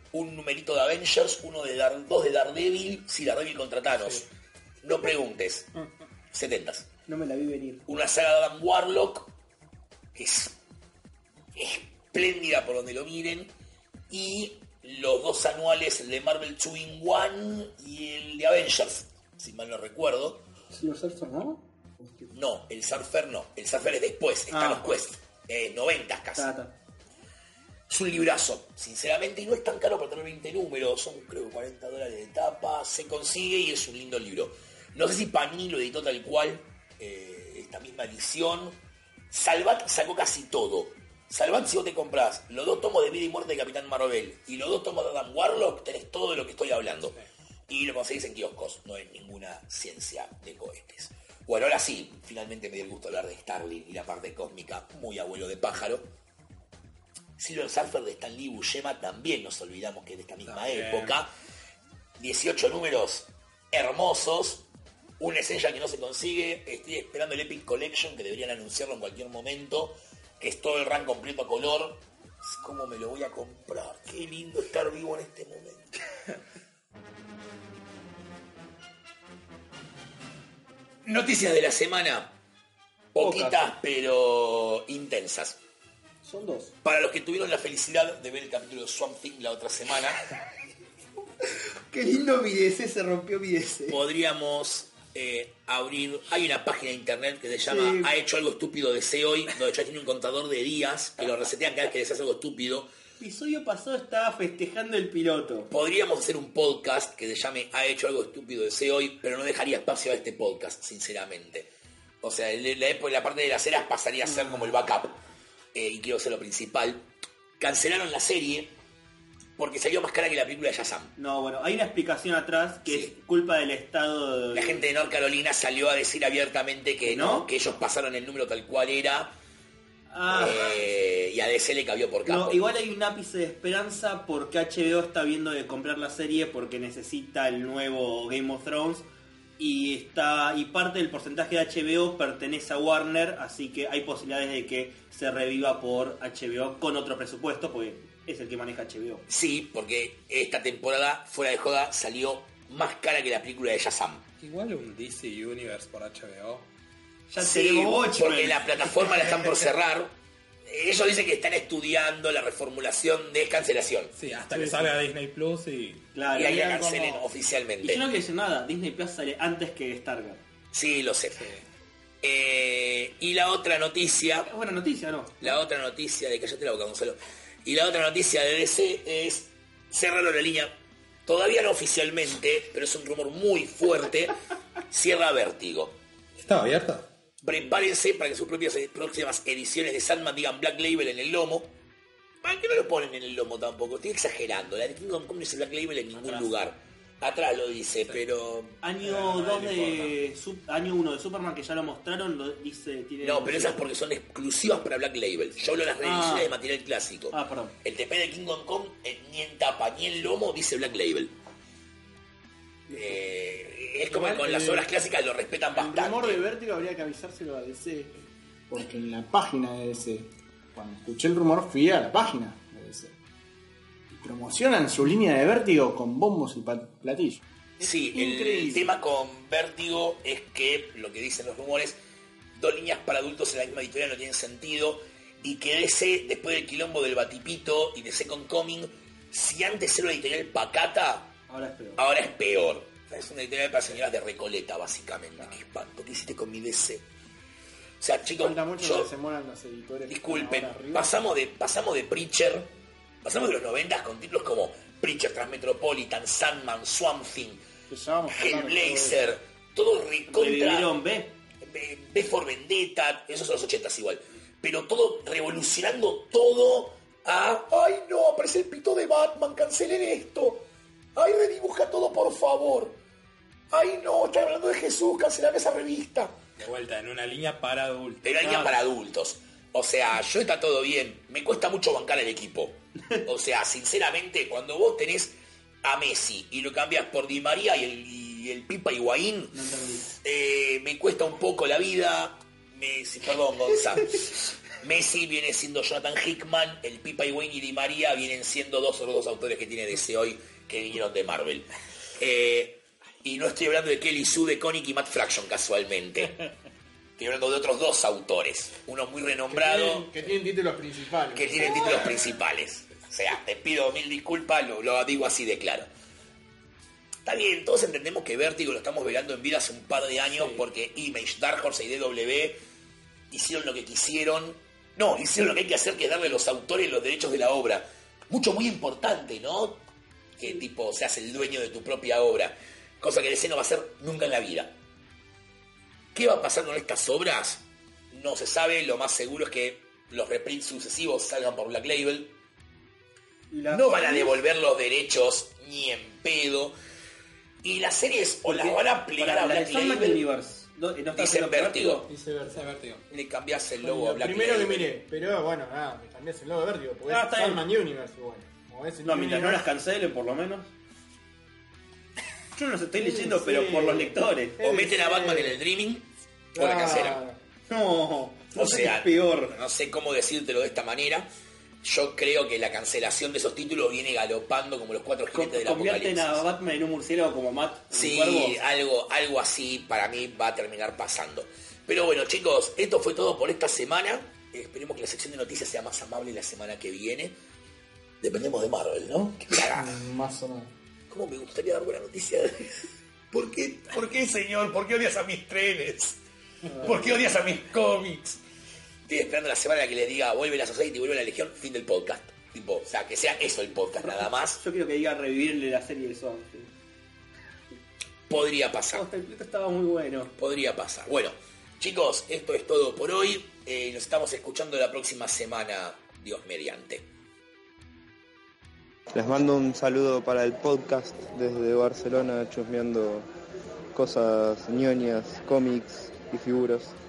un numerito de Avengers, uno de Dar- dos de Daredevil, sí, Daredevil contra Thanos. Sí. No preguntes. setentas. No me la vi venir. Una saga de Adam Warlock, que es espléndida por donde lo miren. Y los dos anuales, el de Marvel dos in one y el de Avengers, si mal no recuerdo. ¿Los Surfer no? No, el Surfer no. El Surfer es después, están Ah. los Quest. Eh, noventas casi. Ta, ta. Es un librazo, sinceramente, y no es tan caro para tener veinte números, son creo que cuarenta dólares de tapa, se consigue y es un lindo libro. No sé si Panini lo editó tal cual, eh, esta misma edición. Salvat sacó casi todo. Salvat, si vos te comprás los dos tomos de Vida y Muerte de Capitán Marvel y los dos tomos de Adam Warlock, tenés todo de lo que estoy hablando. Y lo conseguís en kioscos, no es ninguna ciencia de cohetes. Bueno, ahora sí, finalmente me dio el gusto hablar de Starling y la parte cósmica, muy abuelo de pájaro. Silver Surfer de Stan Lee Buscema, también nos olvidamos que es de esta misma También. época. dieciocho números hermosos, una esencia que no se consigue. Estoy esperando el Epic Collection, que deberían anunciarlo en cualquier momento, que es todo el run completo a color. ¿Cómo me lo voy a comprar? Qué lindo estar vivo en este momento. Noticias de la semana, poquitas Pocas. pero intensas. Son dos. Para los que tuvieron la felicidad de ver el capítulo de Swamp Thing la otra semana, Qué lindo mi D C, se rompió mi D C. podríamos eh, abrir... Hay una página de internet que se llama Sí. Ha hecho algo estúpido de C hoy, donde ya tiene un contador de días que lo resetean cada vez que deseas algo estúpido. El episodio pasado estaba festejando el piloto. Podríamos hacer un podcast que se llame Ha hecho algo estúpido de C hoy, pero no dejaría espacio a este podcast, sinceramente. O sea, el- la, época- la parte de las eras pasaría a ser como el backup. Eh, y quiero ser lo principal. Cancelaron la serie porque salió más cara que la película de Shazam. No, bueno, hay una explicación atrás que Sí. es culpa del estado de... La gente de North Carolina salió a decir abiertamente que no, ¿No? que ellos pasaron el número tal cual era, Ah, eh, y a D C le cabió por capo. no, igual hay un ápice de esperanza porque H B O está viendo de comprar la serie porque necesita el nuevo Game of Thrones y está y parte del porcentaje de H B O pertenece a Warner, así que hay posibilidades de que se reviva por H B O con otro presupuesto porque es el que maneja H B O. Sí, porque esta temporada, fuera de joda, salió más cara que la película de Shazam. Igual un D C Universe por H B O. Ya Sí, tenemos Watchmen. porque la plataforma la están por cerrar. Ellos dicen que están estudiando la reformulación de cancelación. Sí, hasta que salga Disney Plus y... Claro, Y ahí la eran cancelen como- oficialmente. Y yo no quiero decir nada, Disney Plus sale antes que Stargate. Sí, lo sé. Eh, y la otra noticia, Es buena noticia, ¿no? la otra noticia de cállate la boca, Gonzalo. Y la otra noticia de D C es cerraron la línea, todavía no oficialmente, pero es un rumor muy fuerte. Cierra Vértigo. ¿Está abierta? Prepárense para que sus propias próximas ediciones de Sandman digan Black Label en el lomo. ¿Para qué no lo ponen en el lomo tampoco? Estoy exagerando. La de Kingdom Come no dice Black Label en ningún Atrás. lugar. Atrás lo dice, pero... Año no dos le de Sup- año uno de Superman que ya lo mostraron, lo dice tiene No, pero esas porque son exclusivas para Black Label. Yo hablo de las reediciones Ah. de material clásico. Ah, perdón. El T P de Kingdom Come eh, ni en tapa ni en lomo dice Black Label. Eh, es como Igual, que con las eh, obras clásicas lo respetan El rumor de bastante. Vértigo habría que avisárselo a D C. Porque en la página de D C, cuando escuché el rumor, fui a la página de D C. Y promocionan su línea de Vértigo con bombos y pa- platillos. Sí, el Increíble. tema con Vértigo es que, lo que dicen los rumores, dos líneas para adultos en la misma editorial no tienen sentido. Y que D C, después del quilombo del Batipito y de Second Coming, si antes era una editorial pacata, Ahora es peor. ahora es peor. O sea, es una editorial para señoras de Recoleta, básicamente. Qué espanto, ¿qué hiciste con mi D C? O sea, chicos, Falta mucho yo, que se mueran los editores. disculpen, ahora arriba. pasamos de, pasamos de Preacher, pasamos de los noventas con títulos como Preacher, Transmetropolitan, Sandman, Swamp Thing, Que ya vamos a hablar de todo eso. Hellblazer, todo recontra... Revivieron B. B B for Vendetta, esos son los ochentas igual. Pero todo revolucionando todo a... ¡Ay no! Aparece el pito de Batman, cancelen esto. ¡Ay, redibuja todo por favor! ¡Ay no! Están hablando de Jesús, cancelan esa revista. De vuelta, en una línea para adultos. Era línea Claro. para adultos. O sea, yo está todo bien. Me cuesta mucho bancar al equipo. O sea, sinceramente, cuando vos tenés a Messi y lo cambias por Di María y el, y el Pipa Higuaín, No entendí. eh, me cuesta un poco la vida. Me, sí, perdón, Gonzalo. Messi viene siendo Jonathan Hickman, el Pipa Higuaín y Di María vienen siendo dos o los dos autores que tiene D C hoy que vinieron de Marvel. Eh, y no estoy hablando de Kelly Sue DeConnick y Matt Fraction casualmente. Estoy hablando de otros dos autores. Uno muy renombrado. Que tienen, que tienen títulos principales. Que tienen títulos principales. O sea, te pido mil disculpas, lo, lo digo así de claro. Está bien, todos entendemos que Vértigo lo estamos velando en vida hace un par de años sí. porque Image, Dark Horse y D W hicieron lo que quisieron. No, hicieron lo que hay que hacer, que es darle a los autores los derechos de la obra. Mucho, muy importante, ¿no? Que tipo seas el dueño de tu propia obra. Cosa que D C no va a hacer nunca en la vida. ¿Qué va a pasar con estas obras? No se sabe, lo más seguro es que los reprints sucesivos salgan por Black Label. La no van a devolver los derechos ni en pedo. Y las series o las van a aplicar a Black Label. Universe. ¿No, no dice Vértigo. Dice Vértigo. Le cambiás el logo a Black Label. Primero Label. que miré, pero bueno, nada, me cambiás el logo a Vértigo. Porque ah, es Sandman Universe igual. O es no, mientras no las cancelen por lo menos. Yo no las estoy leyendo, sí, pero sí. por los lectores. O meten a Batman en el Dreaming o la cancelan. No, no o sé sea, qué es peor. No sé cómo decírtelo de esta manera. Yo creo que la cancelación de esos títulos viene galopando como los cuatro jinetes del apocalipsis. ¿Convierten a Batman en un murciélago como Matt? Sí, algo, algo así para mí va a terminar pasando. Pero bueno, chicos, esto fue todo por esta semana. Esperemos que la sección de noticias sea más amable la semana que viene. Dependemos de Marvel, ¿no? Más o menos. ¿Cómo me gustaría dar buena noticia? ¿Por qué, ¿Por qué, señor? ¿Por qué odias a mis trenes? ¿Por qué odias a mis cómics? Estoy esperando la semana en la que les diga vuelve la Society, vuelve la Legión, fin del podcast. Tipo, o sea, que sea eso el podcast, nada más. Yo quiero que diga revivirle la serie de Song. Sí. Podría pasar. Esto estaba muy bueno. Podría pasar. Bueno, chicos, esto es todo por hoy. Eh, nos estamos escuchando la próxima semana, Dios mediante. Les mando un saludo para el podcast desde Barcelona, chusmeando cosas ñoñas, cómics y figuras.